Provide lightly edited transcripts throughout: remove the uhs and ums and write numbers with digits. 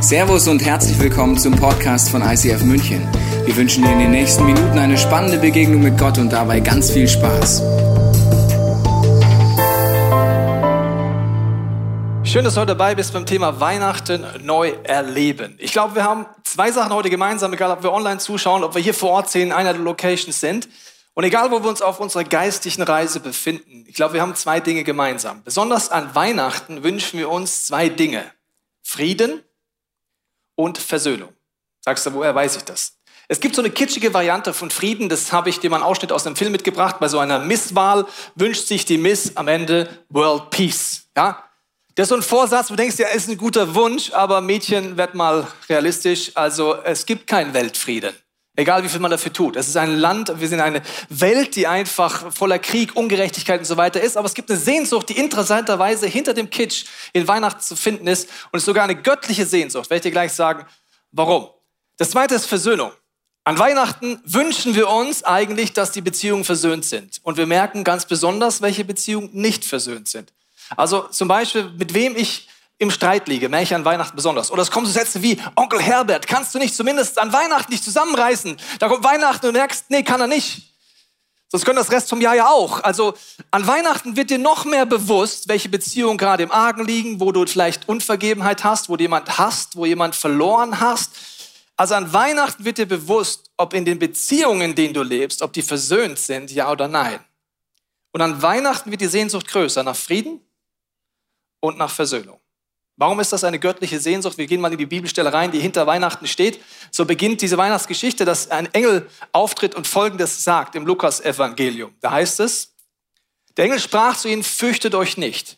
Servus und herzlich willkommen zum Podcast von ICF München. Wir wünschen dir in den nächsten Minuten eine spannende Begegnung mit Gott und dabei ganz viel Spaß. Schön, dass du heute dabei bist beim Thema Weihnachten neu erleben. Ich glaube, wir haben zwei Sachen heute gemeinsam, egal ob wir online zuschauen, ob wir hier vor Ort in einer der Locations sind. Und egal, wo wir uns auf unserer geistlichen Reise befinden, ich glaube, wir haben zwei Dinge gemeinsam. Besonders an Weihnachten wünschen wir uns zwei Dinge. Frieden und Versöhnung. Sagst du, woher weiß ich das? Es gibt so eine kitschige Variante von Frieden, das habe ich dir mal einen Ausschnitt aus einem Film mitgebracht. Bei so einer Misswahl wünscht sich die Miss am Ende World Peace. Ja? Das ist so ein Vorsatz, wo du denkst, ja, ist ein guter Wunsch, aber Mädchen, werd mal realistisch. Also es gibt keinen Weltfrieden. Egal, wie viel man dafür tut. Es ist ein Land, wir sind eine Welt, die einfach voller Krieg, Ungerechtigkeit und so weiter ist. Aber es gibt eine Sehnsucht, die interessanterweise hinter dem Kitsch in Weihnachten zu finden ist. Und es ist sogar eine göttliche Sehnsucht. Werde ich dir gleich sagen, warum. Das zweite ist Versöhnung. An Weihnachten wünschen wir uns eigentlich, dass die Beziehungen versöhnt sind. Und wir merken ganz besonders, welche Beziehungen nicht versöhnt sind. Also zum Beispiel, mit wem ich im Streit liege, merke ich an Weihnachten besonders. Oder es kommen so Sätze wie, Onkel Herbert, kannst du nicht zumindest an Weihnachten dich zusammenreißen? Da kommt Weihnachten und du merkst, nee, kann er nicht. Sonst können das Rest vom Jahr ja auch. Also an Weihnachten wird dir noch mehr bewusst, welche Beziehungen gerade im Argen liegen, wo du vielleicht Unvergebenheit hast, wo du jemand hast, wo jemand verloren hast. Also an Weihnachten wird dir bewusst, ob in den Beziehungen, in denen du lebst, ob die versöhnt sind, ja oder nein. Und an Weihnachten wird die Sehnsucht größer nach Frieden und nach Versöhnung. Warum ist das eine göttliche Sehnsucht? Wir gehen mal in die Bibelstelle rein, die hinter Weihnachten steht. So beginnt diese Weihnachtsgeschichte, dass ein Engel auftritt und Folgendes sagt im Lukas-Evangelium. Da heißt es, der Engel sprach zu ihnen, fürchtet euch nicht.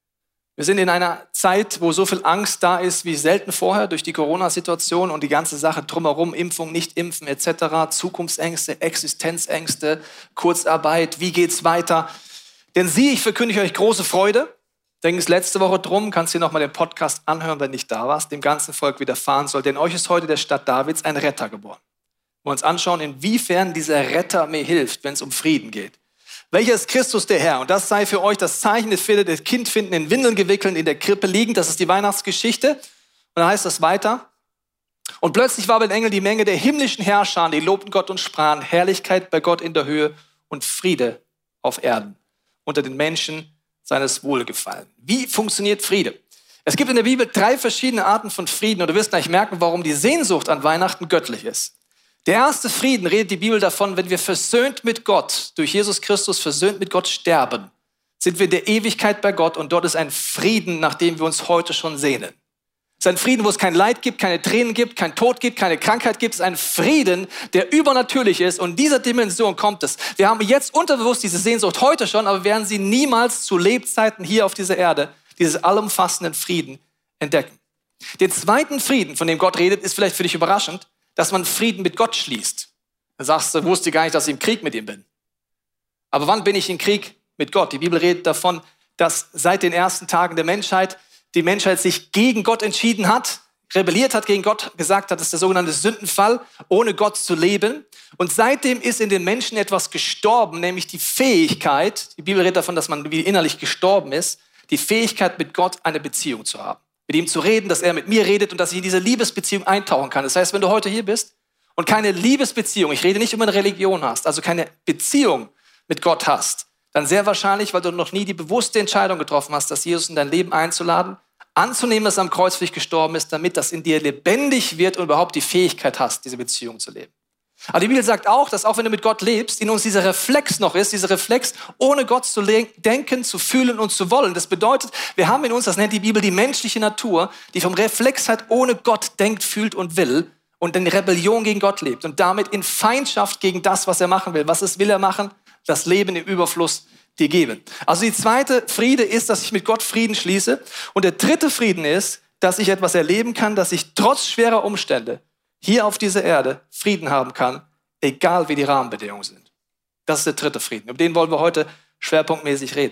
Wir sind in einer Zeit, wo so viel Angst da ist wie selten vorher durch die Corona-Situation und die ganze Sache drumherum, Impfung, nicht impfen etc., Zukunftsängste, Existenzängste, Kurzarbeit, wie geht's weiter? Denn siehe, ich verkündige euch große Freude. Ging es letzte Woche drum, kannst du dir nochmal den Podcast anhören, wenn nicht da warst, dem ganzen Volk widerfahren soll. Denn euch ist heute der Stadt Davids ein Retter geboren. Wir uns anschauen, inwiefern dieser Retter mir hilft, wenn es um Frieden geht. Welcher ist Christus der Herr? Und das sei für euch das Zeichen, das werdet ihr das Kind finden, in Windeln gewickelt, in der Krippe liegend. Das ist die Weihnachtsgeschichte. Und dann heißt das weiter. Und plötzlich war bei den Engeln die Menge der himmlischen Herrscher, die lobten Gott und sprachen, Herrlichkeit bei Gott in der Höhe und Friede auf Erden unter den Menschen seines Wohlgefallen. Wie funktioniert Friede? Es gibt in der Bibel 3 verschiedene Arten von Frieden und du wirst gleich merken, warum die Sehnsucht an Weihnachten göttlich ist. Der erste Frieden redet die Bibel davon, wenn wir versöhnt mit Gott, durch Jesus Christus versöhnt mit Gott sterben, sind wir in der Ewigkeit bei Gott und dort ist ein Frieden, nach dem wir uns heute schon sehnen. Es ist ein Frieden, wo es kein Leid gibt, keine Tränen gibt, kein Tod gibt, keine Krankheit gibt. Es ist ein Frieden, der übernatürlich ist und in dieser Dimension kommt es. Wir haben jetzt unterbewusst diese Sehnsucht heute schon, aber wir werden sie niemals zu Lebzeiten hier auf dieser Erde, dieses allumfassenden Frieden entdecken. Den zweiten Frieden, von dem Gott redet, ist vielleicht für dich überraschend, dass man Frieden mit Gott schließt. Da sagst du, wusste gar nicht, dass ich im Krieg mit ihm bin. Aber wann bin ich im Krieg mit Gott? Die Bibel redet davon, dass seit den ersten Tagen der Menschheit die Menschheit sich gegen Gott entschieden hat, rebelliert hat gegen Gott, gesagt hat, das ist der sogenannte Sündenfall, ohne Gott zu leben. Und seitdem ist in den Menschen etwas gestorben, nämlich die Fähigkeit, die Bibel redet davon, dass man wie innerlich gestorben ist, die Fähigkeit mit Gott eine Beziehung zu haben. Mit ihm zu reden, dass er mit mir redet und dass ich in diese Liebesbeziehung eintauchen kann. Das heißt, wenn du heute hier bist und keine Liebesbeziehung, ich rede nicht über eine Religion hast, also keine Beziehung mit Gott hast, dann sehr wahrscheinlich, weil du noch nie die bewusste Entscheidung getroffen hast, dass Jesus in dein Leben einzuladen, anzunehmen, dass er am Kreuz für dich gestorben ist, damit das in dir lebendig wird und überhaupt die Fähigkeit hast, diese Beziehung zu leben. Aber die Bibel sagt auch, dass auch wenn du mit Gott lebst, in uns dieser Reflex noch ist, dieser Reflex, ohne Gott zu denken, zu fühlen und zu wollen. Das bedeutet, wir haben in uns, das nennt die Bibel, die menschliche Natur, die vom Reflex halt ohne Gott denkt, fühlt und will und in Rebellion gegen Gott lebt und damit in Feindschaft gegen das, was er machen will. Was will er machen? Das Leben im Überfluss dir geben. Also die zweite Friede ist, dass ich mit Gott Frieden schließe. Und der dritte Frieden ist, dass ich etwas erleben kann, dass ich trotz schwerer Umstände hier auf dieser Erde Frieden haben kann, egal wie die Rahmenbedingungen sind. Das ist der dritte Frieden. Über den wollen wir heute schwerpunktmäßig reden.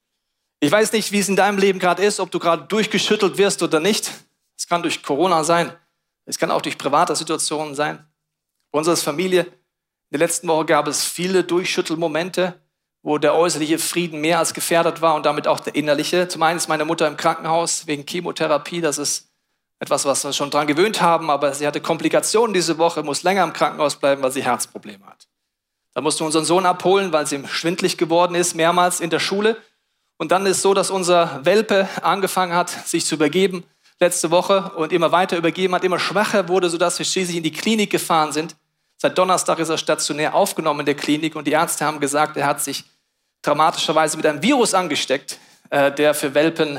Ich weiß nicht, wie es in deinem Leben gerade ist, ob du gerade durchgeschüttelt wirst oder nicht. Es kann durch Corona sein. Es kann auch durch private Situationen sein. Bei uns als Familie, in der letzten Woche gab es viele Durchschüttelmomente, wo der äußerliche Frieden mehr als gefährdet war und damit auch der innerliche. Zum einen ist meine Mutter im Krankenhaus wegen Chemotherapie. Das ist Etwas, was wir schon dran gewöhnt haben, aber sie hatte Komplikationen diese Woche, muss länger im Krankenhaus bleiben, weil sie Herzprobleme hat. Da mussten wir unseren Sohn abholen, weil es ihm schwindelig geworden ist, mehrmals in der Schule. Und dann ist es so, dass unser Welpe angefangen hat, sich zu übergeben letzte Woche und immer weiter übergeben hat, immer schwächer wurde, sodass wir schließlich in die Klinik gefahren sind. Seit Donnerstag ist er stationär aufgenommen in der Klinik und die Ärzte haben gesagt, er hat sich dramatischerweise mit einem Virus angesteckt, der für Welpen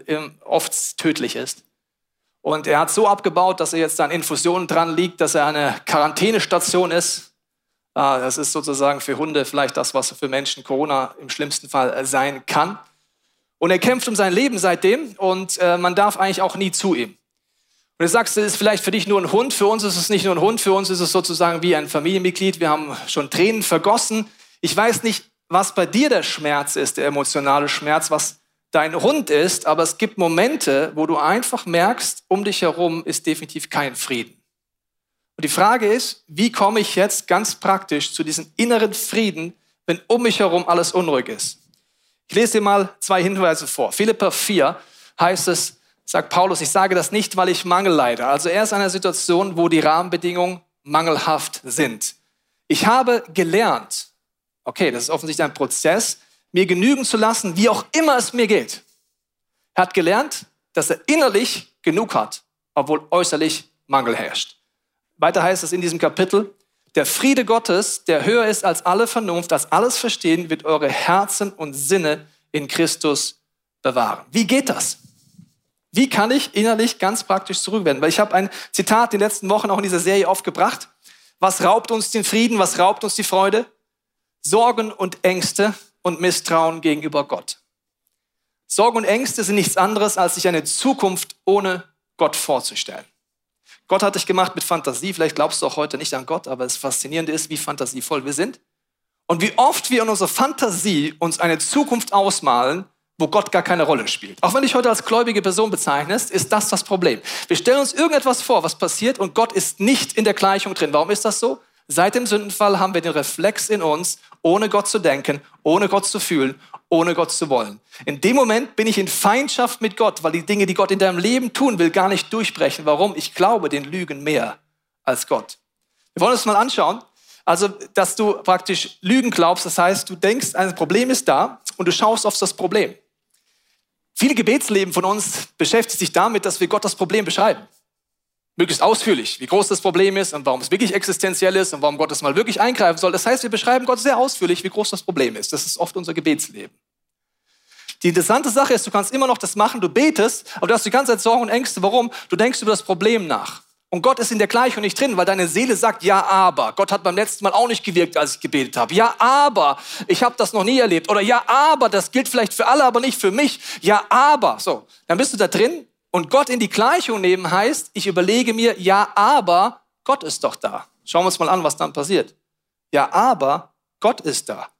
oft tödlich ist. Und er hat so abgebaut, dass er jetzt an Infusionen dran liegt, dass er eine Quarantänestation ist. Das ist sozusagen für Hunde vielleicht das, was für Menschen Corona im schlimmsten Fall sein kann. Und er kämpft um sein Leben seitdem und man darf eigentlich auch nie zu ihm. Und du sagst, das ist vielleicht für dich nur ein Hund. Für uns ist es nicht nur ein Hund, für uns ist es sozusagen wie ein Familienmitglied. Wir haben schon Tränen vergossen. Ich weiß nicht, was bei dir der Schmerz ist, der emotionale Schmerz, was dein Hund ist, aber es gibt Momente, wo du einfach merkst, um dich herum ist definitiv kein Frieden. Und die Frage ist, wie komme ich jetzt ganz praktisch zu diesem inneren Frieden, wenn um mich herum alles unruhig ist? Ich lese dir mal 2 Hinweise vor. Philipper 4 heißt es, sagt Paulus, ich sage das nicht, weil ich Mangel leide. Also er ist in einer Situation, wo die Rahmenbedingungen mangelhaft sind. Ich habe gelernt, okay, das ist offensichtlich ein Prozess, mir genügen zu lassen, wie auch immer es mir geht. Er hat gelernt, dass er innerlich genug hat, obwohl äußerlich Mangel herrscht. Weiter heißt es in diesem Kapitel, der Friede Gottes, der höher ist als alle Vernunft, als alles Verstehen, wird eure Herzen und Sinne in Christus bewahren. Wie geht das? Wie kann ich innerlich ganz praktisch zurückwenden? Weil ich habe ein Zitat in den letzten Wochen auch in dieser Serie oft gebracht. Was raubt uns den Frieden? Was raubt uns die Freude? Sorgen und Ängste und Misstrauen gegenüber Gott. Sorgen und Ängste sind nichts anderes, als sich eine Zukunft ohne Gott vorzustellen. Gott hat dich gemacht mit Fantasie. Vielleicht glaubst du auch heute nicht an Gott, aber das Faszinierende ist, wie fantasievoll wir sind. Und wie oft wir in unserer Fantasie uns eine Zukunft ausmalen, wo Gott gar keine Rolle spielt. Auch wenn du dich heute als gläubige Person bezeichnest, ist das das Problem. Wir stellen uns irgendetwas vor, was passiert und Gott ist nicht in der Gleichung drin. Warum ist das so? Seit dem Sündenfall haben wir den Reflex in uns, ohne Gott zu denken, ohne Gott zu fühlen, ohne Gott zu wollen. In dem Moment bin ich in Feindschaft mit Gott, weil die Dinge, die Gott in deinem Leben tun will, gar nicht durchbrechen. Warum? Ich glaube den Lügen mehr als Gott. Wir wollen uns mal anschauen. Also, dass du praktisch Lügen glaubst, das heißt, du denkst, ein Problem ist da und du schaust auf das Problem. Viele Gebetsleben von uns beschäftigt sich damit, dass wir Gott das Problem beschreiben. Möglichst ausführlich, wie groß das Problem ist und warum es wirklich existenziell ist und warum Gott es mal wirklich eingreifen soll. Das heißt, wir beschreiben Gott sehr ausführlich, wie groß das Problem ist. Das ist oft unser Gebetsleben. Die interessante Sache ist, du kannst immer noch das machen, du betest, aber du hast die ganze Zeit Sorgen und Ängste. Warum? Du denkst über das Problem nach. Und Gott ist in der Gleichung nicht drin, weil deine Seele sagt, ja, aber. Gott hat beim letzten Mal auch nicht gewirkt, als ich gebetet habe. Ja, aber. Ich habe das noch nie erlebt. Oder ja, aber. Das gilt vielleicht für alle, aber nicht für mich. Ja, aber. So, dann bist du da drin. Und Gott in die Gleichung nehmen heißt, ich überlege mir, ja, aber Gott ist doch da. Schauen wir uns mal an, was dann passiert. Ja, aber Gott ist da.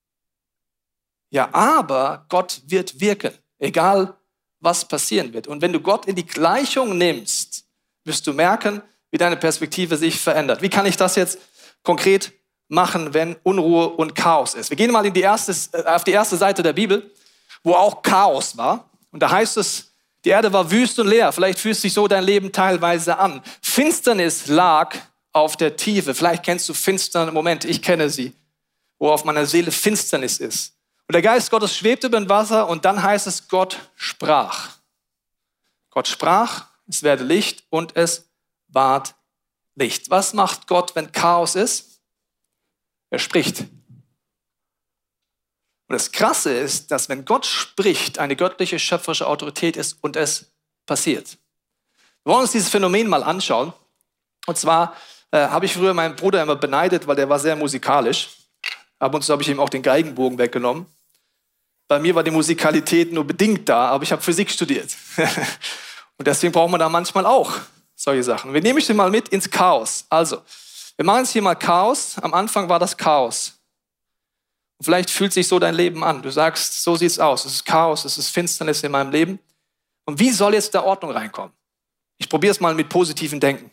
Ja, aber Gott wird wirken, egal was passieren wird. Und wenn du Gott in die Gleichung nimmst, wirst du merken, wie deine Perspektive sich verändert. Wie kann ich das jetzt konkret machen, wenn Unruhe und Chaos ist? Wir gehen mal auf die erste Seite der Bibel, wo auch Chaos war. Und da heißt es, die Erde war wüst und leer. Vielleicht fühlt sich so dein Leben teilweise an. Finsternis lag auf der Tiefe. Vielleicht kennst du finsterne Momente. Ich kenne sie, wo auf meiner Seele Finsternis ist. Und der Geist Gottes schwebt über dem Wasser und dann heißt es, Gott sprach. Gott sprach, es werde Licht und es ward Licht. Was macht Gott, wenn Chaos ist? Er spricht. Und das Krasse ist, dass wenn Gott spricht, eine göttliche schöpferische Autorität ist und es passiert. Wir wollen uns dieses Phänomen mal anschauen. Und zwar habe ich früher meinen Bruder immer beneidet, weil der war sehr musikalisch. Ab und zu habe ich ihm auch den Geigenbogen weggenommen. Bei mir war die Musikalität nur bedingt da, aber ich habe Physik studiert. Und deswegen braucht man da manchmal auch solche Sachen. Wir nehmen dich mal mit ins Chaos. Also, wir machen jetzt hier mal Chaos. Am Anfang war das Chaos. Und vielleicht fühlt sich so dein Leben an. Du sagst, so sieht's aus. Es ist Chaos, es ist Finsternis in meinem Leben. Und wie soll jetzt da Ordnung reinkommen? Ich probiere es mal mit positivem Denken.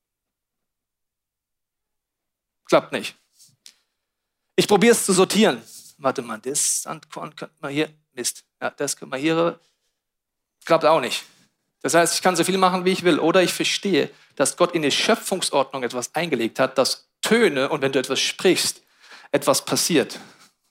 Klappt nicht. Ich probiere es zu sortieren. Warte mal, das Sandkorn könnte man hier, Mist. Ja, das könnte man hier, klappt auch nicht. Das heißt, ich kann so viel machen, wie ich will. Oder ich verstehe, dass Gott in die Schöpfungsordnung etwas eingelegt hat, dass Töne und wenn du etwas sprichst, etwas passiert.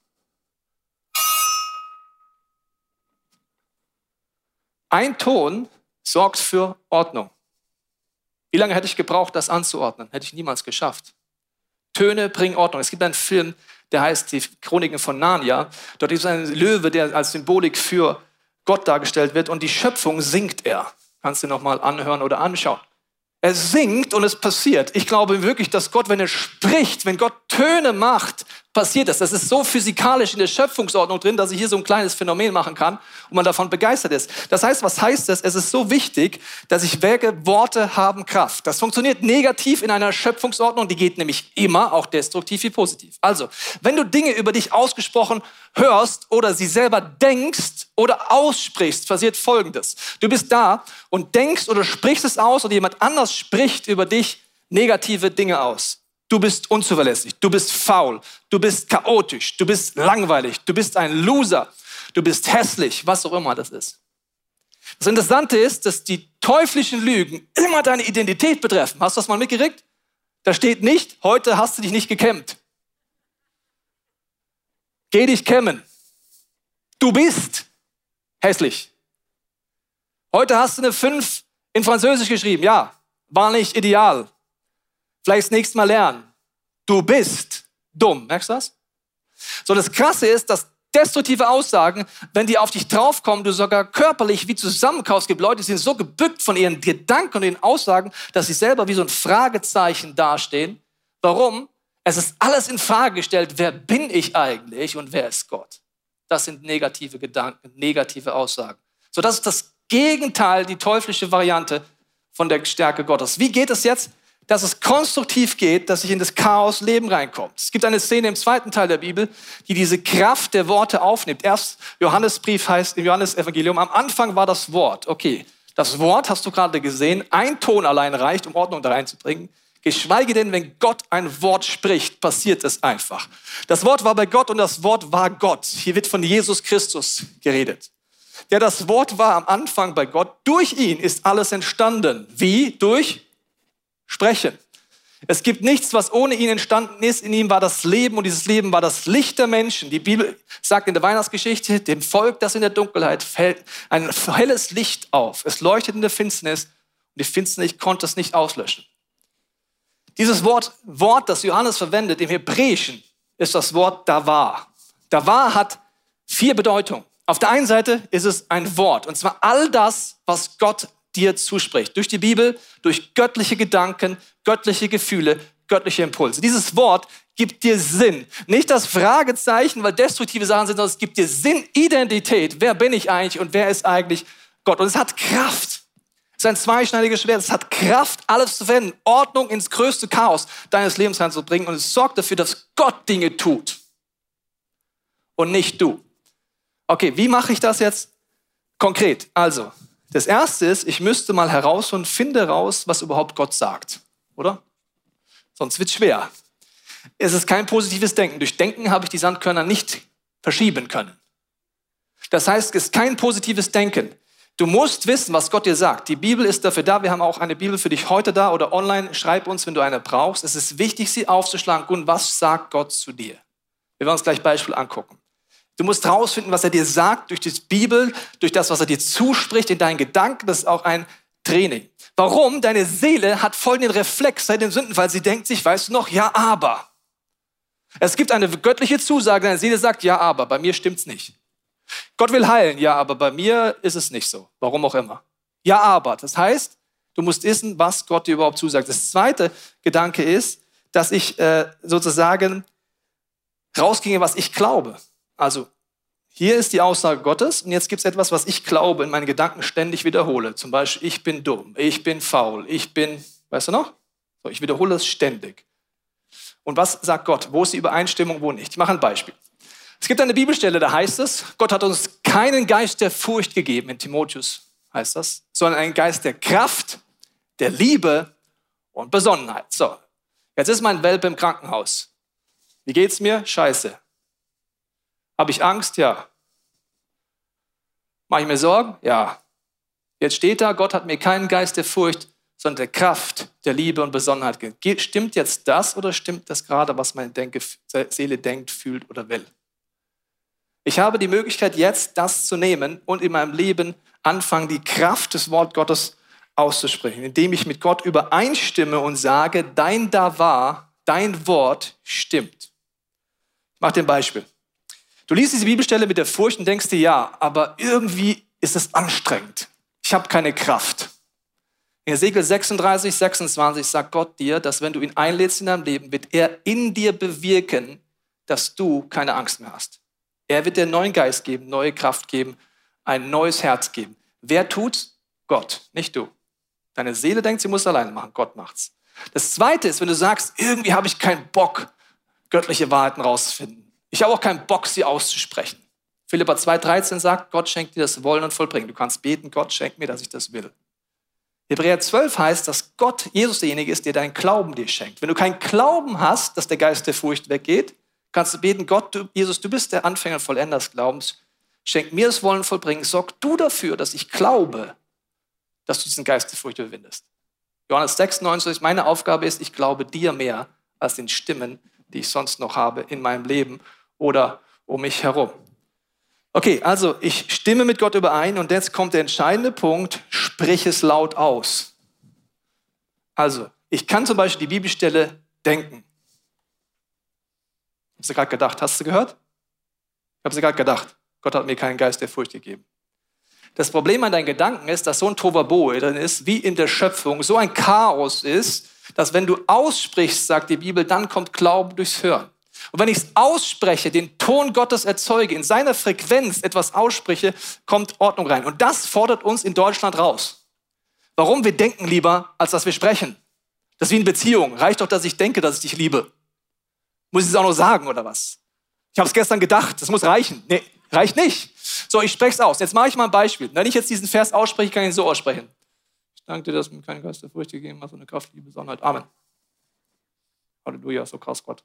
Ein Ton sorgt für Ordnung. Wie lange hätte ich gebraucht, das anzuordnen? Hätte ich niemals geschafft. Töne bringen Ordnung. Es gibt einen Film, der heißt Die Chroniken von Narnia. Dort ist ein Löwe, der als Symbolik für Gott dargestellt wird und die Schöpfung singt er. Kannst du dir nochmal anhören oder anschauen. Er singt und es passiert. Ich glaube wirklich, dass Gott, wenn er spricht, wenn Gott Töne macht, passiert das. Das ist so physikalisch in der Schöpfungsordnung drin, dass ich hier so ein kleines Phänomen machen kann und man davon begeistert ist. Das heißt, was heißt das? Es ist so wichtig, dass ich merke, Worte haben Kraft. Das funktioniert negativ in einer Schöpfungsordnung, die geht nämlich immer auch destruktiv wie positiv. Also, wenn du Dinge über dich ausgesprochen hörst oder sie selber denkst oder aussprichst, passiert Folgendes. Du bist da und denkst oder sprichst es aus oder jemand anders spricht über dich negative Dinge aus. Du bist unzuverlässig, du bist faul, du bist chaotisch, du bist langweilig, du bist ein Loser, du bist hässlich, was auch immer das ist. Das Interessante ist, dass die teuflischen Lügen immer deine Identität betreffen. Hast du das mal mitgekriegt? Da steht nicht, heute hast du dich nicht gekämmt. Geh dich kämmen. Du bist hässlich. Heute hast du eine 5 in Französisch geschrieben. Ja, war nicht ideal. Vielleicht das nächste Mal lernen. Du bist dumm. Merkst du das? So, das Krasse ist, dass destruktive Aussagen, wenn die auf dich draufkommen, du sogar körperlich wie zusammenkaufst. Es gibt Leute, die sind so gebückt von ihren Gedanken und ihren Aussagen, dass sie selber wie so ein Fragezeichen dastehen. Warum? Es ist alles in Frage gestellt. Wer bin ich eigentlich und wer ist Gott? Das sind negative Gedanken, negative Aussagen. So, das ist das Gegenteil, die teuflische Variante von der Stärke Gottes. Wie geht es jetzt? Dass es konstruktiv geht, dass ich in das Chaos Leben reinkomme. Es gibt eine Szene im 2. Teil der Bibel, die diese Kraft der Worte aufnimmt. Erst Johannesbrief heißt im Johannesevangelium, am Anfang war das Wort. Okay, das Wort hast du gerade gesehen, ein Ton allein reicht, um Ordnung da reinzubringen. Geschweige denn, wenn Gott ein Wort spricht, passiert es einfach. Das Wort war bei Gott und das Wort war Gott. Hier wird von Jesus Christus geredet. Der das Wort war am Anfang bei Gott. Durch ihn ist alles entstanden. Wie? Durch Sprechen. Es gibt nichts, was ohne ihn entstanden ist. In ihm war das Leben und dieses Leben war das Licht der Menschen. Die Bibel sagt in der Weihnachtsgeschichte, dem Volk, das in der Dunkelheit fällt, ein helles Licht auf. Es leuchtet in der Finsternis und die Finsternis konnte es nicht auslöschen. Dieses Wort, das Johannes verwendet im Hebräischen, ist das Wort Davar. Davar hat 4 Bedeutungen. Auf der einen Seite ist es ein Wort, und zwar all das, was Gott dir zuspricht. Durch die Bibel, durch göttliche Gedanken, göttliche Gefühle, göttliche Impulse. Dieses Wort gibt dir Sinn. Nicht das Fragezeichen, weil destruktive Sachen sind, sondern es gibt dir Sinn, Identität. Wer bin ich eigentlich und wer ist eigentlich Gott? Und es hat Kraft. Es ist ein zweischneidiges Schwert. Es hat Kraft, alles zu verändern, Ordnung ins größte Chaos deines Lebens reinzubringen. Und es sorgt dafür, dass Gott Dinge tut und nicht du. Okay, wie mache ich das jetzt konkret? Also, das Erste ist, ich müsste mal heraus und finde raus, was überhaupt Gott sagt, oder? Sonst wird es schwer. Es ist kein positives Denken. Durch Denken habe ich die Sandkörner nicht verschieben können. Das heißt, es ist kein positives Denken. Du musst wissen, was Gott dir sagt. Die Bibel ist dafür da. Wir haben auch eine Bibel für dich heute da oder online. Schreib uns, wenn du eine brauchst. Es ist wichtig, sie aufzuschlagen. Und was sagt Gott zu dir? Wir werden uns gleich Beispiel angucken. Du musst herausfinden, was er dir sagt durch die Bibel, durch das, was er dir zuspricht in deinen Gedanken. Das ist auch ein Training. Warum? Deine Seele hat folgenden Reflex seit dem Sündenfall. Sie denkt sich, weißt du noch, ja, aber. Es gibt eine göttliche Zusage, deine Seele sagt, ja, aber, bei mir stimmt's nicht. Gott will heilen, ja, aber bei mir ist es nicht so. Warum auch immer. Ja, aber. Das heißt, du musst wissen, was Gott dir überhaupt zusagt. Das zweite Gedanke ist, dass ich sozusagen rausginge, was ich glaube. Also, hier ist die Aussage Gottes und jetzt gibt es etwas, was ich glaube, in meinen Gedanken ständig wiederhole. Zum Beispiel, ich bin dumm, ich bin faul, ich bin, weißt du noch? So, ich wiederhole es ständig. Und was sagt Gott? Wo ist die Übereinstimmung, wo nicht? Ich mache ein Beispiel. Es gibt eine Bibelstelle, da heißt es, Gott hat uns keinen Geist der Furcht gegeben, in Timotheus heißt das, sondern einen Geist der Kraft, der Liebe und Besonnenheit. So, jetzt ist mein Welpe im Krankenhaus. Wie geht's mir? Scheiße. Habe ich Angst? Ja. Mache ich mir Sorgen? Ja. Jetzt steht da, Gott hat mir keinen Geist der Furcht, sondern der Kraft, der Liebe und Besonnenheit gegeben. Stimmt jetzt das oder stimmt das gerade, was meine Seele denkt, fühlt oder will? Ich habe die Möglichkeit, jetzt das zu nehmen und in meinem Leben anfangen, die Kraft des Wort Gottes auszusprechen, indem ich mit Gott übereinstimme und sage, dein Davar, dein Wort stimmt. Ich mache dir ein Beispiel. Du liest diese Bibelstelle mit der Furcht und denkst dir, ja, aber irgendwie ist es anstrengend. Ich habe keine Kraft. In Hesekiel 36, 26 sagt Gott dir, dass wenn du ihn einlädst in deinem Leben, wird er in dir bewirken, dass du keine Angst mehr hast. Er wird dir einen neuen Geist geben, neue Kraft geben, ein neues Herz geben. Wer tut's? Gott, nicht du. Deine Seele denkt, sie muss alleine machen. Gott macht's. Das Zweite ist, wenn du sagst, irgendwie habe ich keinen Bock, göttliche Wahrheiten rauszufinden. Ich habe auch keinen Bock, sie auszusprechen. Philipper 2,13 sagt, Gott schenkt dir das Wollen und Vollbringen. Du kannst beten, Gott schenkt mir, dass ich das will. Hebräer 12 heißt, dass Gott, Jesus derjenige ist, der deinen Glauben dir schenkt. Wenn du keinen Glauben hast, dass der Geist der Furcht weggeht, kannst du beten, Gott, Jesus, du bist der Anfänger und Vollender des Glaubens. Schenk mir das Wollen und Vollbringen. Sorg du dafür, dass ich glaube, dass du diesen Geist der Furcht überwindest. Johannes 6,19, meine Aufgabe ist, ich glaube dir mehr als den Stimmen, die ich sonst noch habe in meinem Leben oder um mich herum. Okay, also ich stimme mit Gott überein und jetzt kommt der entscheidende Punkt, sprich es laut aus. Also, ich kann zum Beispiel die Bibelstelle denken. Hast du gerade gedacht? Hast du gehört? Ich habe sie gerade gedacht. Gott hat mir keinen Geist der Furcht gegeben. Das Problem an deinen Gedanken ist, dass so ein Tohuwabohu drin ist, wie in der Schöpfung, so ein Chaos ist, dass wenn du aussprichst, sagt die Bibel, dann kommt Glauben durchs Hören. Und wenn ich es ausspreche, den Ton Gottes erzeuge, in seiner Frequenz etwas ausspreche, kommt Ordnung rein. Und das fordert uns in Deutschland raus. Warum? Wir denken lieber, als dass wir sprechen. Das ist wie eine Beziehung. Reicht doch, dass ich denke, dass ich dich liebe. Muss ich es auch noch sagen, oder was? Ich habe es gestern gedacht, das muss reichen. Nee, reicht nicht. So, ich spreche es aus. Jetzt mache ich mal ein Beispiel. Wenn ich jetzt diesen Vers ausspreche, kann ich ihn so aussprechen. Ich danke dir, dass du mir keinen Geist der Furcht gegeben hast und eine Kraft, Liebe, Besonnenheit. Amen. Halleluja, so krass Gott.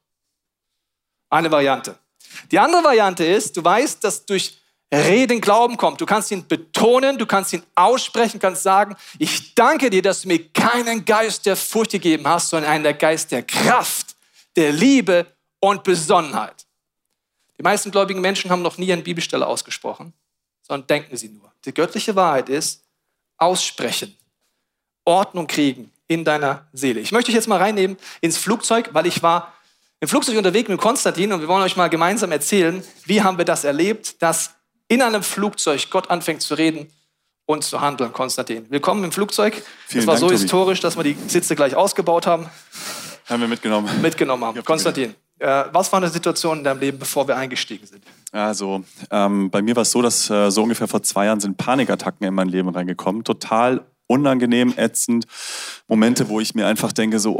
Eine Variante. Die andere Variante ist, du weißt, dass durch Reden Glauben kommt. Du kannst ihn betonen, du kannst ihn aussprechen, kannst sagen, ich danke dir, dass du mir keinen Geist der Furcht gegeben hast, sondern einen Geist der Kraft, der Liebe und Besonnenheit. Die meisten gläubigen Menschen haben noch nie eine Bibelstelle ausgesprochen, sondern denken sie nur. Die göttliche Wahrheit ist, aussprechen, Ordnung kriegen in deiner Seele. Ich möchte euch jetzt mal reinnehmen ins Flugzeug, weil ich war im Flugzeug unterwegs mit Konstantin und wir wollen euch mal gemeinsam erzählen, wie haben wir das erlebt, dass in einem Flugzeug Gott anfängt zu reden und zu handeln. Konstantin, willkommen im Flugzeug. Es war so historisch, dass wir die Sitze gleich ausgebaut haben. Haben wir mitgenommen. Mitgenommen haben. Konstantin, was war eine Situation in deinem Leben, bevor wir eingestiegen sind? Also, bei mir war es so, dass so ungefähr vor 2 Jahren sind Panikattacken in mein Leben reingekommen. Total unangenehm, ätzend. Momente, wo ich mir einfach denke, so,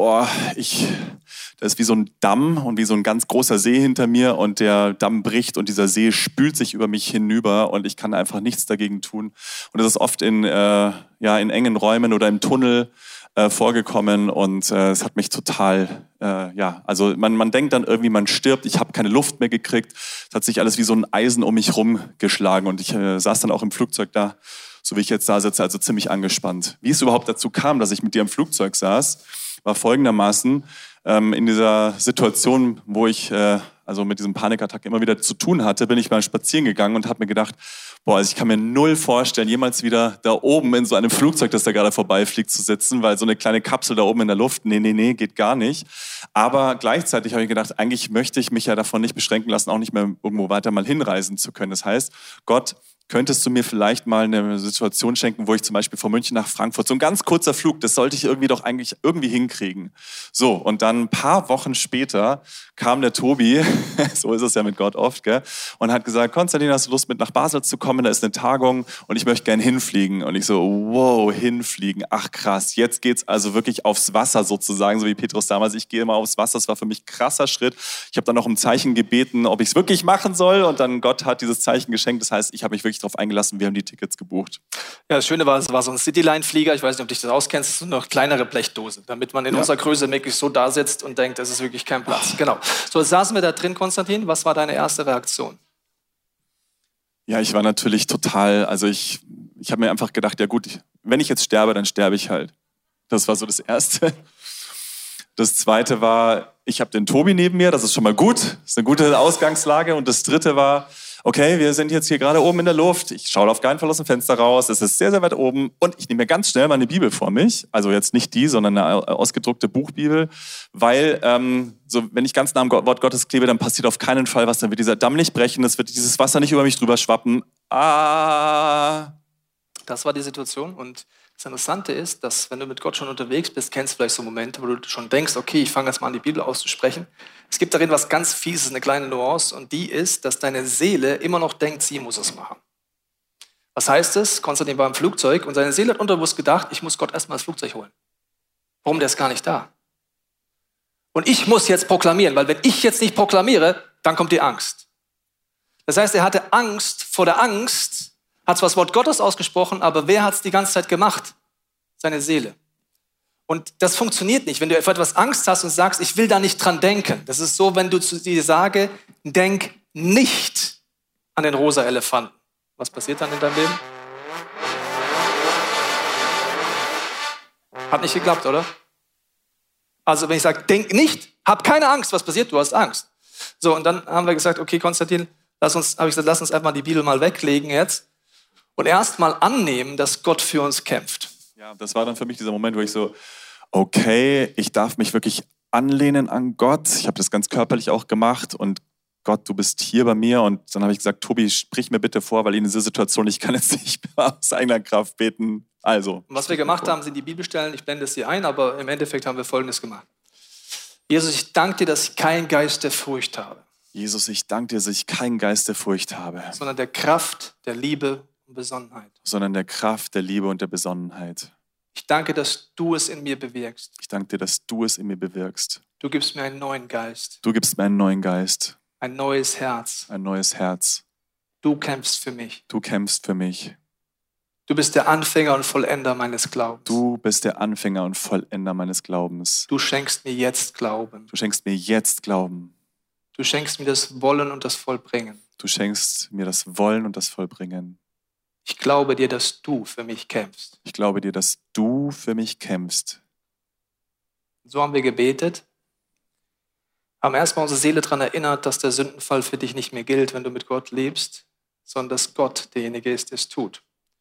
das ist wie so ein Damm und wie so ein ganz großer See hinter mir und der Damm bricht und dieser See spült sich über mich hinüber und ich kann einfach nichts dagegen tun. Und das ist oft in engen Räumen oder im Tunnel vorgekommen und es hat mich total, also man denkt dann irgendwie, man stirbt, ich habe keine Luft mehr gekriegt, es hat sich alles wie so ein Eisen um mich rumgeschlagen und ich saß dann auch im Flugzeug da, so wie ich jetzt da sitze, also ziemlich angespannt. Wie es überhaupt dazu kam, dass ich mit dir im Flugzeug saß, war folgendermaßen, in dieser Situation, wo ich mit diesem Panikattack immer wieder zu tun hatte, bin ich mal spazieren gegangen und habe mir gedacht, ich kann mir null vorstellen, jemals wieder da oben in so einem Flugzeug, das da gerade vorbeifliegt, zu sitzen, weil so eine kleine Kapsel da oben in der Luft, nee, geht gar nicht. Aber gleichzeitig habe ich gedacht, eigentlich möchte ich mich ja davon nicht beschränken lassen, auch nicht mehr irgendwo weiter mal hinreisen zu können. Das heißt, Gott, könntest du mir vielleicht mal eine Situation schenken, wo ich zum Beispiel von München nach Frankfurt, so ein ganz kurzer Flug, das sollte ich irgendwie hinkriegen. So, und dann ein paar Wochen später kam der Tobi, so ist es ja mit Gott oft, gell, und hat gesagt, Konstantin, hast du Lust mit nach Basel zu kommen? Da ist eine Tagung und ich möchte gern hinfliegen. Und ich so, wow, hinfliegen, ach krass, jetzt geht's also wirklich aufs Wasser sozusagen, so wie Petrus damals, ich gehe immer aufs Wasser, das war für mich ein krasser Schritt. Ich habe dann noch um Zeichen gebeten, ob ich es wirklich machen soll und dann Gott hat dieses Zeichen geschenkt, das heißt, ich habe mich wirklich darauf eingelassen, wir haben die Tickets gebucht. Ja, das Schöne war, es war so ein Cityline-Flieger, ich weiß nicht, ob du dich das auskennst, das ist so eine kleinere Blechdose, damit man in unserer Größe wirklich so da sitzt und denkt, das ist wirklich kein Platz. Genau. So, jetzt saßen wir da drin, Konstantin, was war deine erste Reaktion? Ja, ich war natürlich total, also ich ich habe mir einfach gedacht, ja gut, wenn ich jetzt sterbe, dann sterbe ich halt. Das war so das Erste. Das Zweite war, ich habe den Tobi neben mir, das ist schon mal gut, das ist eine gute Ausgangslage. Und das Dritte war, okay, wir sind jetzt hier gerade oben in der Luft, ich schaue auf keinen Fall aus dem Fenster raus, es ist sehr, sehr weit oben und ich nehme mir ganz schnell meine Bibel vor mich, also jetzt nicht die, sondern eine ausgedruckte Buchbibel, weil so, wenn ich ganz nah am Wort Gottes klebe, dann passiert auf keinen Fall was, dann wird dieser Damm nicht brechen, es wird dieses Wasser nicht über mich drüber schwappen. Das war die Situation und das Interessante ist, dass wenn du mit Gott schon unterwegs bist, kennst du vielleicht so Momente, wo du schon denkst, okay, ich fange jetzt mal an, die Bibel auszusprechen. Es gibt darin was ganz Fieses, eine kleine Nuance und die ist, dass deine Seele immer noch denkt, sie muss es machen. Was heißt es? Konstantin war im Flugzeug und seine Seele hat unterbewusst gedacht, ich muss Gott erstmal das Flugzeug holen. Warum? Der ist gar nicht da. Und ich muss jetzt proklamieren, weil wenn ich jetzt nicht proklamiere, dann kommt die Angst. Das heißt, er hatte Angst vor der Angst, hat zwar das Wort Gottes ausgesprochen, aber wer hat es die ganze Zeit gemacht? Seine Seele. Und das funktioniert nicht, wenn du vor etwas Angst hast und sagst, ich will da nicht dran denken. Das ist so, wenn du zu dir sage, denk nicht an den rosa Elefanten. Was passiert dann in deinem Leben? Hat nicht geklappt, oder? Also wenn ich sage, denk nicht, hab keine Angst, was passiert? Du hast Angst. So, und dann haben wir gesagt, okay, Konstantin, lass uns einfach mal die Bibel mal weglegen jetzt. Und erst mal annehmen, dass Gott für uns kämpft. Ja, das war dann für mich dieser Moment, wo ich so, okay, ich darf mich wirklich anlehnen an Gott. Ich habe das ganz körperlich auch gemacht und Gott, du bist hier bei mir. Und dann habe ich gesagt, Tobi, sprich mir bitte vor, weil in dieser Situation, ich kann jetzt nicht mehr aus eigener Kraft beten. Also. Und was wir gemacht haben, sind die Bibelstellen. Ich blende es hier ein, aber im Endeffekt haben wir Folgendes gemacht. Jesus, ich danke dir, dass ich keinen Geist der Furcht habe. Jesus, ich danke dir, dass ich keinen Geist der Furcht habe. Sondern der Kraft, der Liebe und Besonnenheit. Sondern der Kraft, der Liebe und der Besonnenheit. Ich danke, dass du es in mir bewirkst. Ich danke dir, dass du es in mir bewirkst. Du gibst mir einen neuen Geist. Du gibst mir einen neuen Geist. Ein neues Herz. Ein neues Herz. Du kämpfst für mich. Du kämpfst für mich. Du bist der Anfänger und Vollender meines Glaubens. Du bist der Anfänger und Vollender meines Glaubens. Du schenkst mir jetzt Glauben. Du schenkst mir jetzt Glauben. Du schenkst mir das Wollen und das Vollbringen. Du schenkst mir das Wollen und das Vollbringen. Ich glaube dir, dass du für mich kämpfst. Ich glaube dir, dass du für mich kämpfst. So haben wir gebetet, haben erstmal unsere Seele daran erinnert, dass der Sündenfall für dich nicht mehr gilt, wenn du mit Gott lebst, sondern dass Gott derjenige ist, der es tut.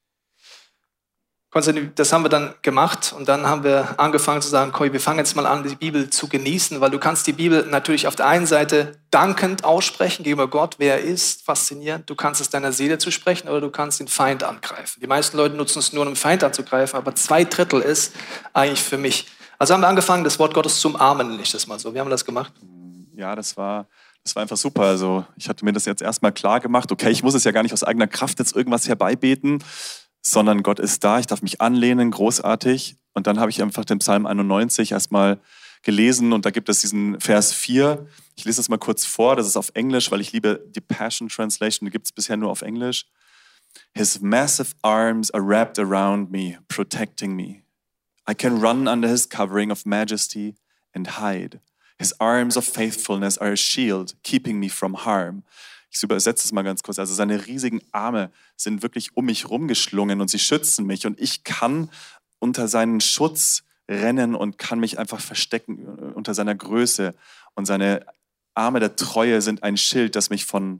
Das haben wir dann gemacht und dann haben wir angefangen zu sagen, Koi, wir fangen jetzt mal an, die Bibel zu genießen, weil du kannst die Bibel natürlich auf der einen Seite dankend aussprechen gegenüber Gott, wer er ist, faszinierend. Du kannst es deiner Seele zusprechen oder du kannst den Feind angreifen. Die meisten Leute nutzen es nur, um den Feind anzugreifen, aber 2/3 ist eigentlich für mich. Also haben wir angefangen, das Wort Gottes zu umarmen, nenne ich das mal so. Wie haben wir das gemacht? Ja, das war einfach super. Also ich hatte mir das jetzt erstmal klar gemacht, okay, ich muss es ja gar nicht aus eigener Kraft jetzt irgendwas herbeibeten, sondern Gott ist da, ich darf mich anlehnen, großartig. Und dann habe ich einfach den Psalm 91 erstmal gelesen und da gibt es diesen Vers 4. Ich lese das mal kurz vor, das ist auf Englisch, weil ich liebe die Passion Translation, die gibt es bisher nur auf Englisch. His massive arms are wrapped around me, protecting me. I can run under his covering of majesty and hide. His arms of faithfulness are a shield, keeping me from harm. Ich übersetze es mal ganz kurz. Also seine riesigen Arme sind wirklich um mich rumgeschlungen und sie schützen mich. Und ich kann unter seinen Schutz rennen und kann mich einfach verstecken unter seiner Größe. Und seine Arme der Treue sind ein Schild, das mich von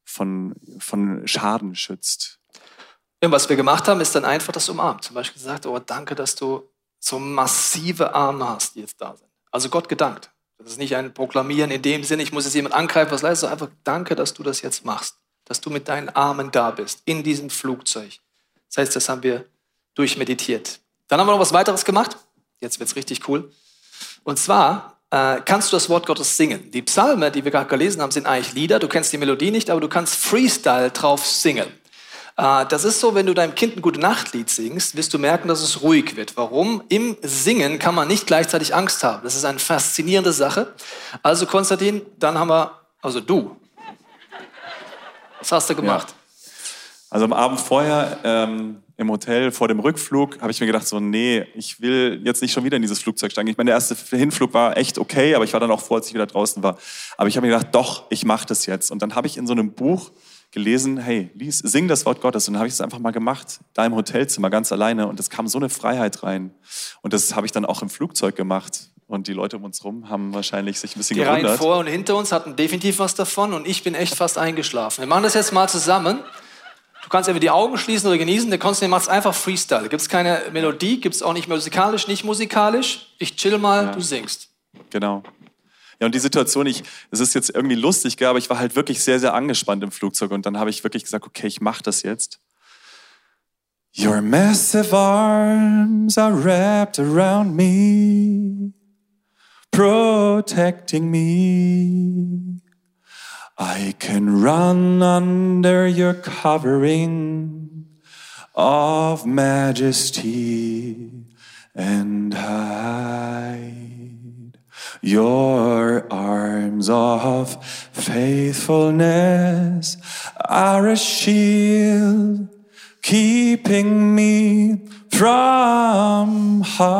Schaden schützt. Ja, was wir gemacht haben, ist dann einfach das umarmt. Zum Beispiel gesagt, oh, danke, dass du so massive Arme hast, die jetzt da sind. Also Gott gedankt. Das ist nicht ein Proklamieren in dem Sinne, ich muss jetzt jemand angreifen, was leistet, sondern einfach danke, dass du das jetzt machst. Dass du mit deinen Armen da bist, in diesem Flugzeug. Das heißt, das haben wir durchmeditiert. Dann haben wir noch was weiteres gemacht. Jetzt wird es richtig cool. Und zwar kannst du das Wort Gottes singen. Die Psalme, die wir gerade gelesen haben, sind eigentlich Lieder. Du kennst die Melodie nicht, aber du kannst Freestyle drauf singen. Das ist so, wenn du deinem Kind ein Gute-Nacht-Lied singst, wirst du merken, dass es ruhig wird. Warum? Im Singen kann man nicht gleichzeitig Angst haben. Das ist eine faszinierende Sache. Also Konstantin, dann haben wir, also du. Was hast du gemacht? Ja. Also am Abend vorher im Hotel vor dem Rückflug habe ich mir gedacht, so nee, ich will jetzt nicht schon wieder in dieses Flugzeug steigen. Ich meine, der erste Hinflug war echt okay, aber ich war dann auch froh, als ich wieder draußen war. Aber ich habe mir gedacht, doch, ich mache das jetzt. Und dann habe ich in so einem Buch gelesen, hey, sing das Wort Gottes. Und dann habe ich es einfach mal gemacht, da im Hotelzimmer, ganz alleine. Und es kam so eine Freiheit rein. Und das habe ich dann auch im Flugzeug gemacht. Und die Leute um uns rum haben wahrscheinlich sich ein bisschen gewundert. Die Reihen vor und hinter uns hatten definitiv was davon. Und ich bin echt fast eingeschlafen. Wir machen das jetzt mal zusammen. Du kannst entweder die Augen schließen oder genießen. Der Konstantin macht es einfach Freestyle. Da gibt es keine Melodie, gibt es auch nicht musikalisch, nicht musikalisch. Ich chill mal, du singst. Genau. Ja, und die Situation, es ist jetzt irgendwie lustig, aber ich war halt wirklich sehr, sehr angespannt im Flugzeug. Und dann habe ich wirklich gesagt, okay, ich mache das jetzt. Your massive arms are wrapped around me, protecting me. I can run under your covering of majesty and hide. Your arms of faithfulness are a shield, keeping me from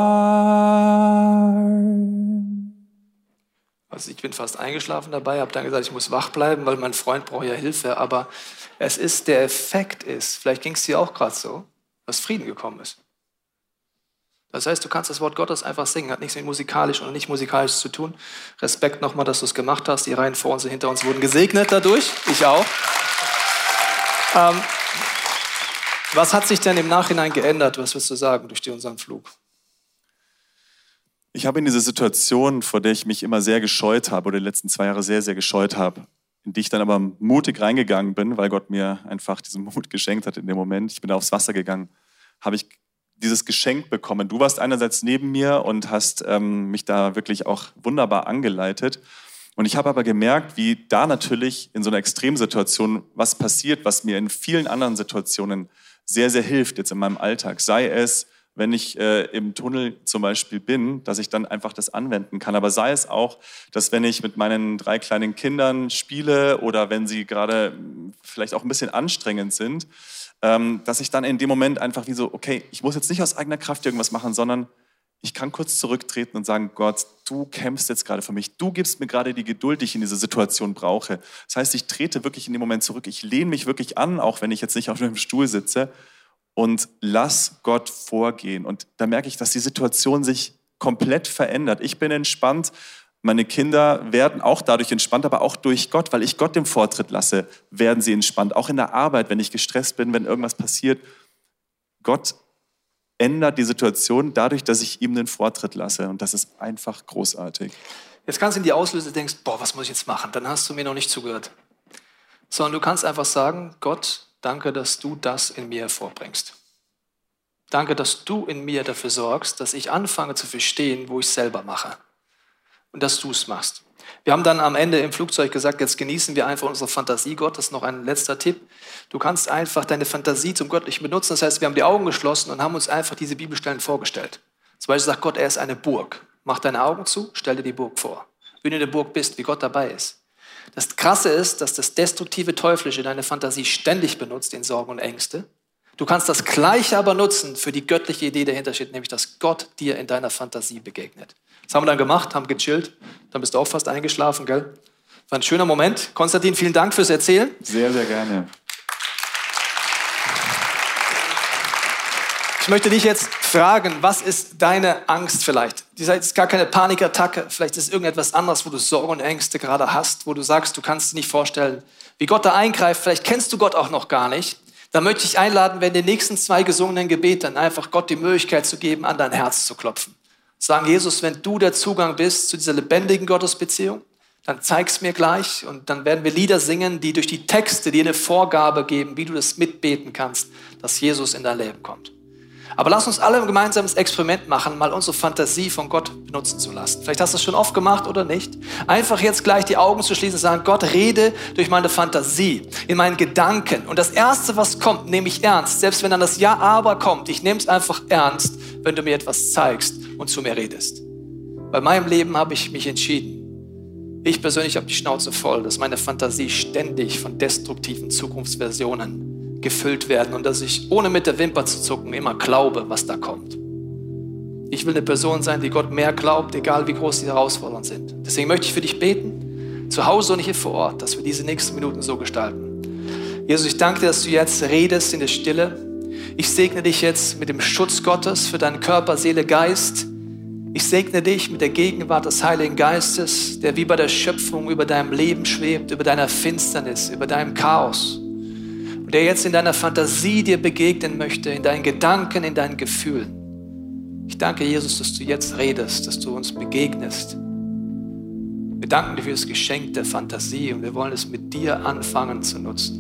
harm. Also ich bin fast eingeschlafen dabei, habe dann gesagt, ich muss wach bleiben, weil mein Freund braucht ja Hilfe. Aber der Effekt ist, vielleicht ging es dir auch gerade so, dass Frieden gekommen ist. Das heißt, du kannst das Wort Gottes einfach singen, hat nichts mit musikalisch oder nicht musikalisch zu tun. Respekt nochmal, dass du es gemacht hast. Die Reihen vor uns und hinter uns wurden gesegnet dadurch, ich auch. Was hat sich denn im Nachhinein geändert, was willst du sagen, durch unseren Flug? Ich habe in diese Situation, vor der ich mich immer sehr gescheut habe oder die letzten 2 Jahre sehr, sehr gescheut habe, in die ich dann aber mutig reingegangen bin, weil Gott mir einfach diesen Mut geschenkt hat in dem Moment. Ich bin da aufs Wasser gegangen, habe ich dieses Geschenk bekommen. Du warst einerseits neben mir und hast mich da wirklich auch wunderbar angeleitet. Und ich habe aber gemerkt, wie da natürlich in so einer Extremsituation was passiert, was mir in vielen anderen Situationen sehr, sehr hilft jetzt in meinem Alltag. Sei es, wenn ich im Tunnel zum Beispiel bin, dass ich dann einfach das anwenden kann. Aber sei es auch, dass wenn ich mit meinen 3 kleinen Kindern spiele oder wenn sie gerade vielleicht auch ein bisschen anstrengend sind, dass ich dann in dem Moment einfach wie so, okay, ich muss jetzt nicht aus eigener Kraft irgendwas machen, sondern ich kann kurz zurücktreten und sagen, Gott, du kämpfst jetzt gerade für mich. Du gibst mir gerade die Geduld, die ich in dieser Situation brauche. Das heißt, ich trete wirklich in dem Moment zurück. Ich lehne mich wirklich an, auch wenn ich jetzt nicht auf einem Stuhl sitze, und lass Gott vorgehen. Und da merke ich, dass die Situation sich komplett verändert. Ich bin entspannt, meine Kinder werden auch dadurch entspannt, aber auch durch Gott, weil ich Gott den Vortritt lasse, werden sie entspannt. Auch in der Arbeit, wenn ich gestresst bin, wenn irgendwas passiert. Gott ändert die Situation dadurch, dass ich ihm den Vortritt lasse. Und das ist einfach großartig. Jetzt kannst du in die Auslöse denkst, was muss ich jetzt machen? Dann hast du mir noch nicht zugehört. Sondern du kannst einfach sagen, Gott, danke, dass du das in mir hervorbringst. Danke, dass du in mir dafür sorgst, dass ich anfange zu verstehen, wo ich es selber mache. Und dass du es machst. Wir haben dann am Ende im Flugzeug gesagt, jetzt genießen wir einfach unsere Fantasie. Gott, das ist noch ein letzter Tipp. Du kannst einfach deine Fantasie zum Göttlichen benutzen. Das heißt, wir haben die Augen geschlossen und haben uns einfach diese Bibelstellen vorgestellt. Zum Beispiel sagt Gott, er ist eine Burg. Mach deine Augen zu, stell dir die Burg vor. Wenn du in der Burg bist, wie Gott dabei ist. Das Krasse ist, dass das destruktive Teuflische deine Fantasie ständig benutzt in Sorgen und Ängste. Du kannst das Gleiche aber nutzen für die göttliche Idee, die dahinter steht, nämlich, dass Gott dir in deiner Fantasie begegnet. Das haben wir dann gemacht, haben gechillt. Dann bist du auch fast eingeschlafen, gell? War ein schöner Moment. Konstantin, vielen Dank fürs Erzählen. Sehr, sehr gerne. Ich möchte dich jetzt fragen, was ist deine Angst vielleicht? Das ist gar keine Panikattacke, vielleicht ist es irgendetwas anderes, wo du Sorgen und Ängste gerade hast, wo du sagst, du kannst dir nicht vorstellen, wie Gott da eingreift. Vielleicht kennst du Gott auch noch gar nicht. Dann möchte ich einladen, wenn den nächsten 2 gesungenen Gebeten einfach Gott die Möglichkeit zu geben, an dein Herz zu klopfen. Sagen, Jesus, wenn du der Zugang bist zu dieser lebendigen Gottesbeziehung, dann zeig's mir gleich und dann werden wir Lieder singen, die durch die Texte dir eine Vorgabe geben, wie du das mitbeten kannst, dass Jesus in dein Leben kommt. Aber lass uns alle ein gemeinsames Experiment machen, mal unsere Fantasie von Gott benutzen zu lassen. Vielleicht hast du es schon oft gemacht oder nicht. Einfach jetzt gleich die Augen zu schließen und sagen, Gott, rede durch meine Fantasie, in meinen Gedanken. Und das Erste, was kommt, nehme ich ernst. Selbst wenn dann das Ja, aber kommt, ich nehme es einfach ernst, wenn du mir etwas zeigst und zu mir redest. Bei meinem Leben habe ich mich entschieden. Ich persönlich habe die Schnauze voll, dass meine Fantasie ständig von destruktiven Zukunftsversionen gefüllt werden und dass ich, ohne mit der Wimper zu zucken, immer glaube, was da kommt. Ich will eine Person sein, die Gott mehr glaubt, egal wie groß die Herausforderungen sind. Deswegen möchte ich für dich beten, zu Hause und hier vor Ort, dass wir diese nächsten Minuten so gestalten. Jesus, ich danke dir, dass du jetzt redest in der Stille. Ich segne dich jetzt mit dem Schutz Gottes für deinen Körper, Seele, Geist. Ich segne dich mit der Gegenwart des Heiligen Geistes, der wie bei der Schöpfung über deinem Leben schwebt, über deiner Finsternis, über deinem Chaos. Und der jetzt in deiner Fantasie dir begegnen möchte, in deinen Gedanken, in deinen Gefühlen. Ich danke, Jesus, dass du jetzt redest, dass du uns begegnest. Wir danken dir für das Geschenk der Fantasie und wir wollen es mit dir anfangen zu nutzen.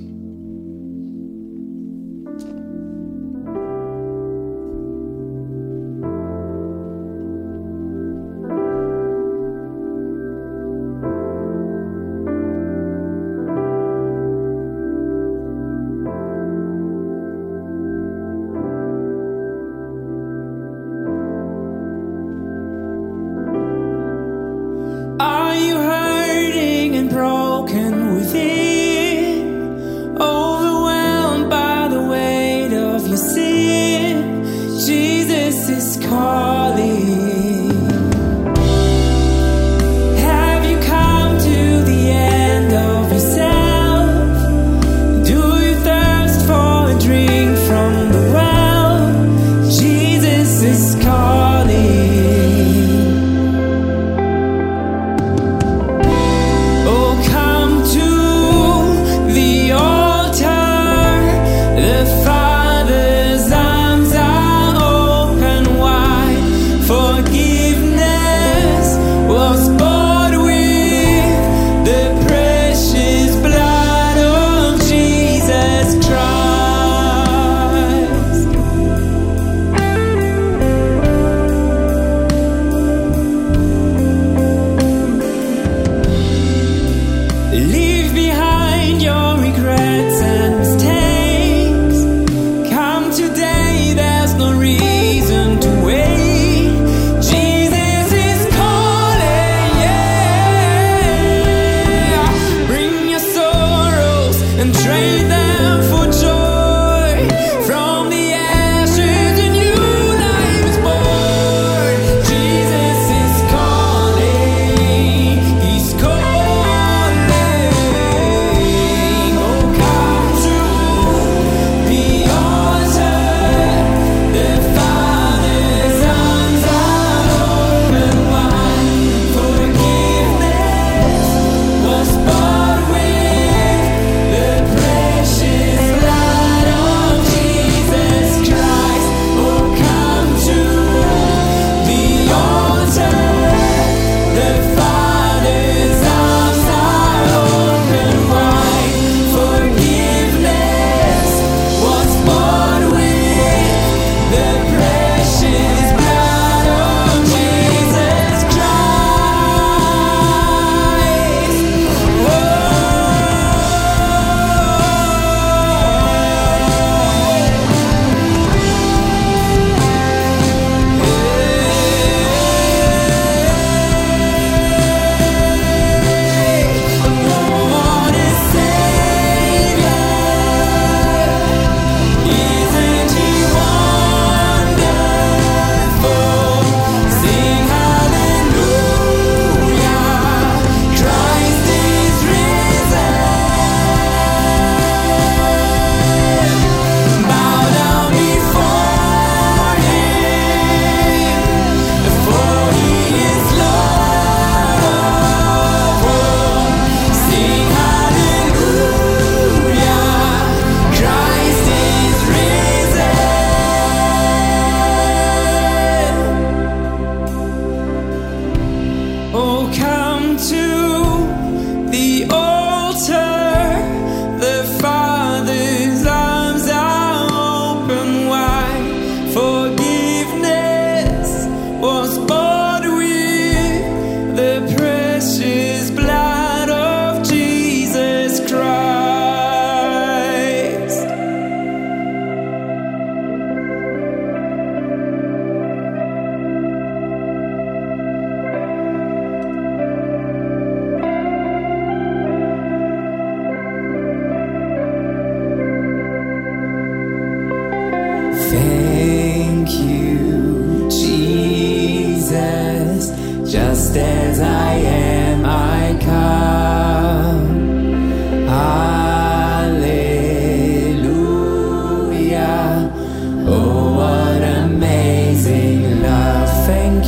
Just as I am, I come. Hallelujah.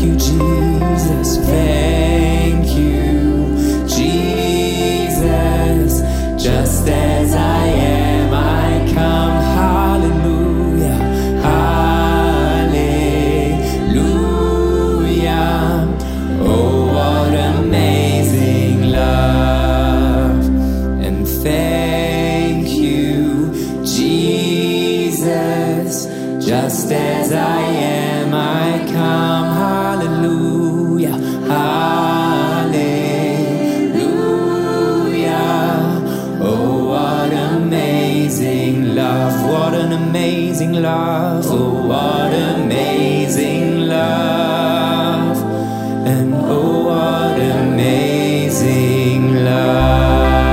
you, Jesus. Thank you, Jesus. Just as I am, I come. Hallelujah, hallelujah. Oh, what amazing love. And thank you, Jesus. Just as I am, I come. Hallelujah, hallelujah. Oh, what amazing love. What an amazing love. Oh, what amazing love. And oh, what amazing love.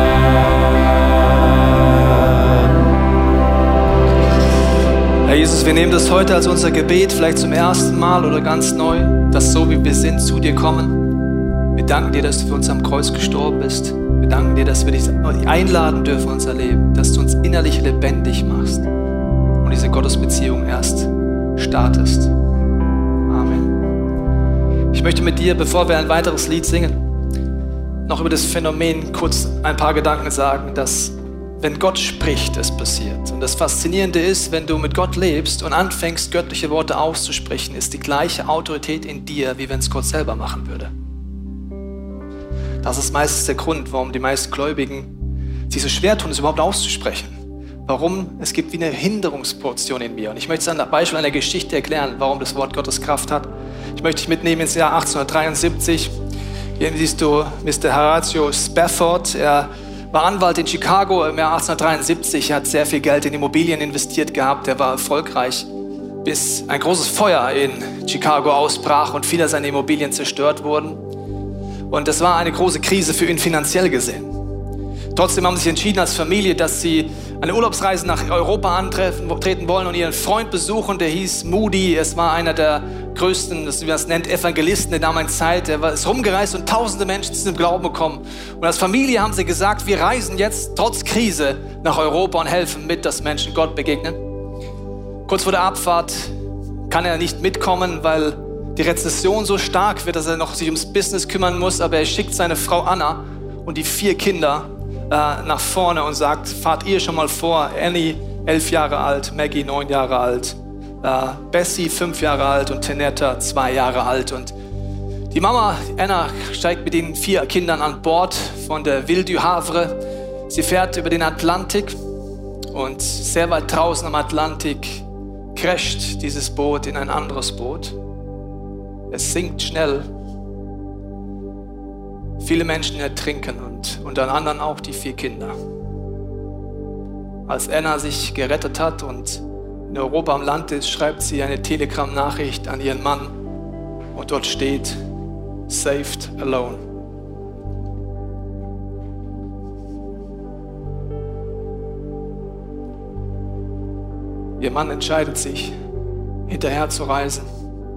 Herr Jesus, wir nehmen das heute als unser Gebet, vielleicht zum ersten Mal oder ganz neu, dass so wie wir sind, zu dir kommen. Wir danken dir, dass du für uns am Kreuz gestorben bist. Wir danken dir, dass wir dich einladen dürfen in unser Leben, dass du uns innerlich lebendig machst und diese Gottesbeziehung erst startest. Amen. Ich möchte mit dir, bevor wir ein weiteres Lied singen, noch über das Phänomen kurz ein paar Gedanken sagen, dass wenn Gott spricht, es passiert. Und das Faszinierende ist, wenn du mit Gott lebst und anfängst, göttliche Worte auszusprechen, ist die gleiche Autorität in dir, wie wenn es Gott selber machen würde. Das ist meistens der Grund, warum die meisten Gläubigen sich so schwer tun, es überhaupt auszusprechen. Warum? Es gibt wie eine Hinderungsportion in mir. Und ich möchte es an Beispiel einer Geschichte erklären, warum das Wort Gottes Kraft hat. Ich möchte dich mitnehmen ins Jahr 1873. Hier siehst du Mr. Horatio Spafford. Er war Anwalt in Chicago im Jahr 1873. Er hat sehr viel Geld in Immobilien investiert gehabt. Er war erfolgreich, bis ein großes Feuer in Chicago ausbrach und viele seiner Immobilien zerstört wurden. Und das war eine große Krise für ihn finanziell gesehen. Trotzdem haben sie sich entschieden als Familie, dass sie eine Urlaubsreise nach Europa antreten wollen und ihren Freund besuchen, der hieß Moody. Es war einer der größten, wie man es nennt, Evangelisten der damaligen Zeit. Er ist rumgereist und tausende Menschen zu dem Glauben gekommen. Und als Familie haben sie gesagt, wir reisen jetzt trotz Krise nach Europa und helfen mit, dass Menschen Gott begegnen. Kurz vor der Abfahrt kann er nicht mitkommen, weil die Rezession so stark wird, dass er noch sich ums Business kümmern muss. Aber er schickt seine Frau Anna und die 4 Kinder nach vorne und sagt, fahrt ihr schon mal vor. Annie, 11 Jahre alt, Maggie, 9 Jahre alt, Bessie, 5 Jahre alt und Tenetta, 2 Jahre alt. Und die Mama, Anna, steigt mit den 4 Kindern an Bord von der Ville du Havre. Sie fährt über den Atlantik und sehr weit draußen am Atlantik crasht dieses Boot in ein anderes Boot. Es sinkt schnell. Viele Menschen ertrinken und unter anderem auch die 4 Kinder. Als Anna sich gerettet hat und in Europa am Land ist, schreibt sie eine Telegram-Nachricht an ihren Mann und dort steht, saved alone. Ihr Mann entscheidet sich, hinterher zu reisen.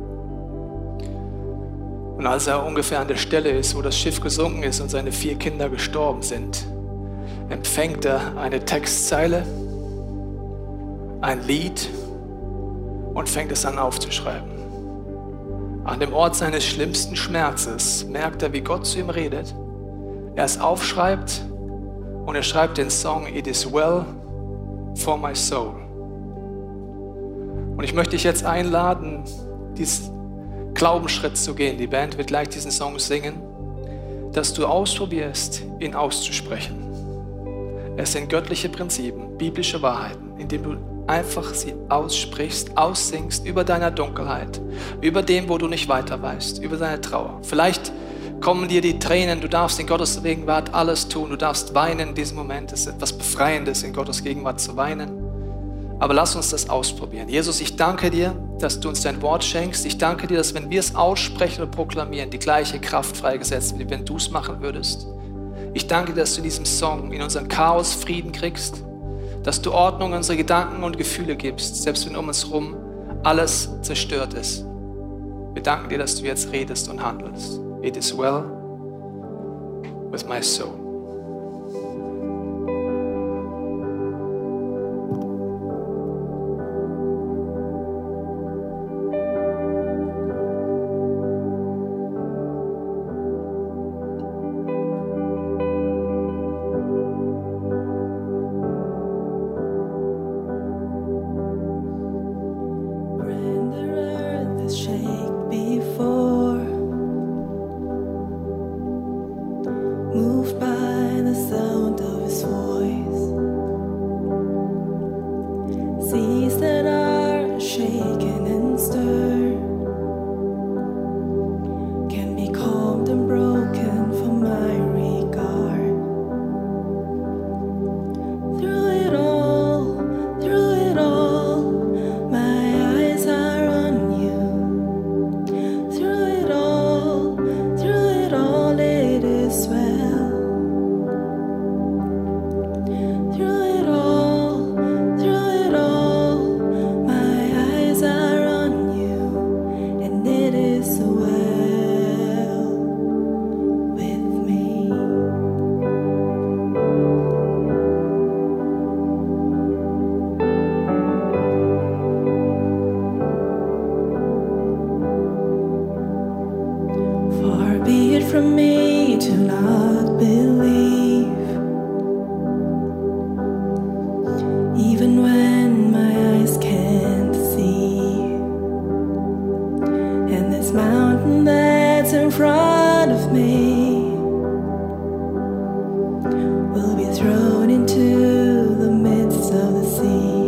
Und als er ungefähr an der Stelle ist, wo das Schiff gesunken ist und seine 4 Kinder gestorben sind, empfängt er eine Textzeile, ein Lied und fängt es an aufzuschreiben. An dem Ort seines schlimmsten Schmerzes merkt er, wie Gott zu ihm redet. Er es aufschreibt und er schreibt den Song It is well for my soul. Und ich möchte dich jetzt einladen, diesen Glaubensschritt zu gehen. Die Band wird gleich diesen Song singen, dass du ausprobierst, ihn auszusprechen. Es sind göttliche Prinzipien, biblische Wahrheiten, indem du einfach sie aussprichst, aussingst über deiner Dunkelheit, über dem, wo du nicht weiter weißt, über deine Trauer. Vielleicht kommen dir die Tränen, du darfst in Gottes Gegenwart alles tun, du darfst weinen in diesem Moment. Es ist etwas Befreiendes, in Gottes Gegenwart zu weinen. Aber lass uns das ausprobieren. Jesus, ich danke dir, dass du uns dein Wort schenkst. Ich danke dir, dass wenn wir es aussprechen und proklamieren, die gleiche Kraft freigesetzt wird, wie wenn du es machen würdest. Ich danke dir, dass du in diesem Song, in unserem Chaos Frieden kriegst, dass du Ordnung in unsere Gedanken und Gefühle gibst, selbst wenn um uns herum alles zerstört ist. Wir danken dir, dass du jetzt redest und handelst. It is well with my soul. from me to not believe, even when my eyes can't see. And this mountain that's in front of me will be thrown into the midst of the sea.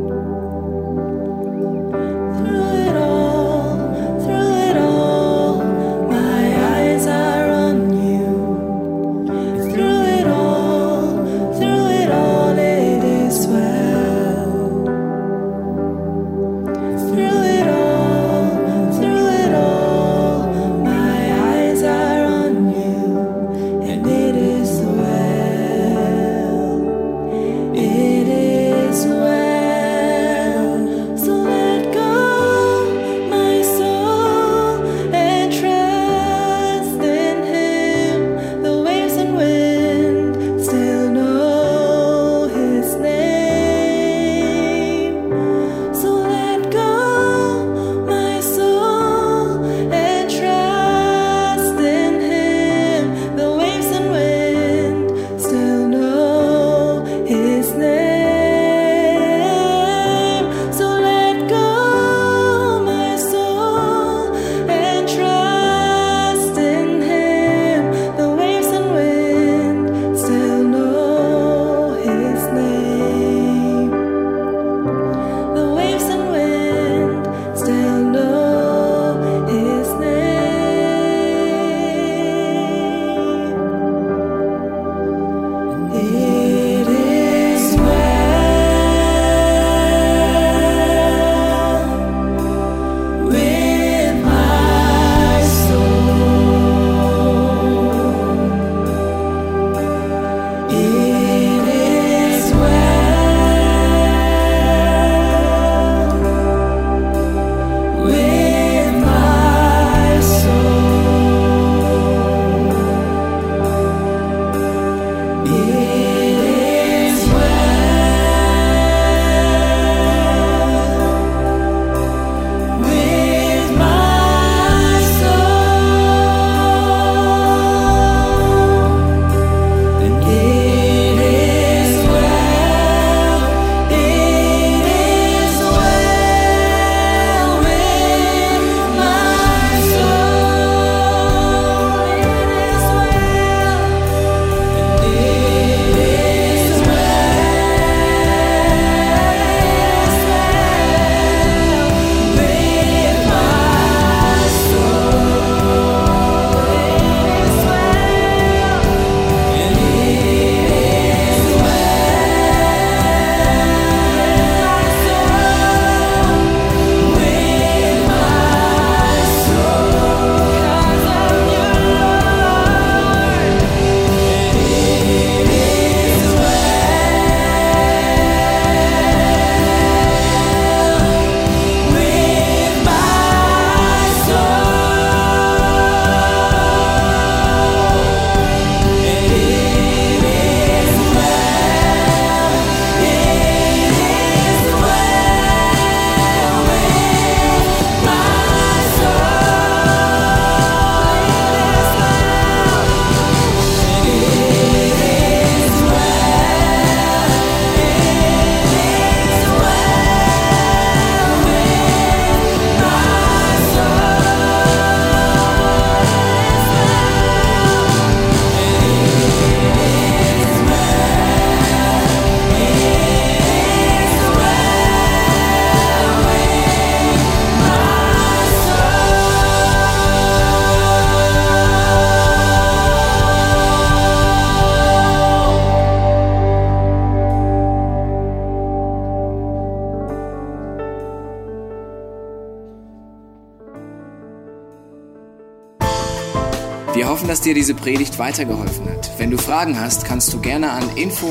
Wir hoffen, dass dir diese Predigt weitergeholfen hat. Wenn du Fragen hast, kannst du gerne an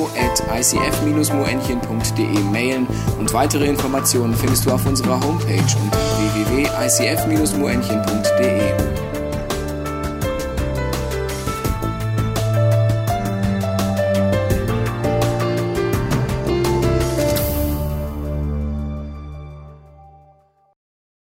info@icf-moenchen.de mailen und weitere Informationen findest du auf unserer Homepage unter www.icf-moenchen.de.